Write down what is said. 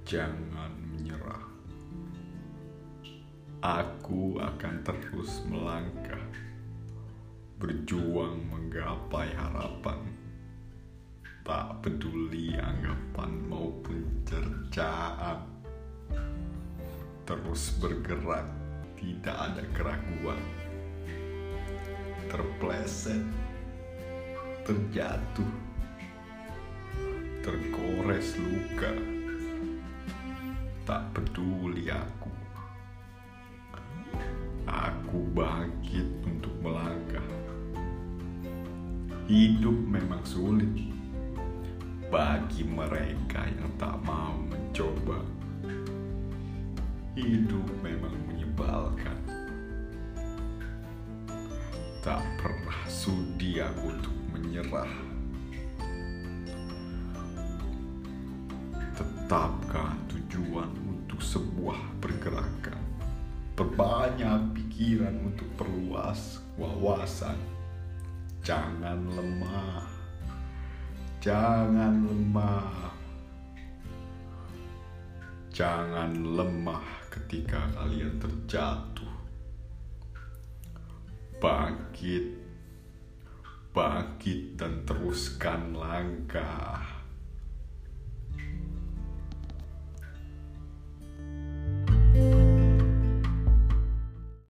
Jangan menyerah. Aku akan terus melangkah, berjuang menggapai harapan. Tak peduli anggapan maupun cercaan. Terus bergerak, tidak ada keraguan. Terpleset, terjatuh, tergores luka. Tak peduli aku. Aku bangkit untuk melangkah. Hidup memang sulit bagi mereka yang tak mau mencoba. Hidup memang menyebalkan. Tak pernah sudi aku untuk menyerah. Tetapkan tujuan untuk sebuah pergerakan. Perbanyak pikiran untuk perluas wawasan. Jangan lemah. Jangan lemah. Jangan lemah ketika kalian terjatuh. Bangkit dan teruskan langkah.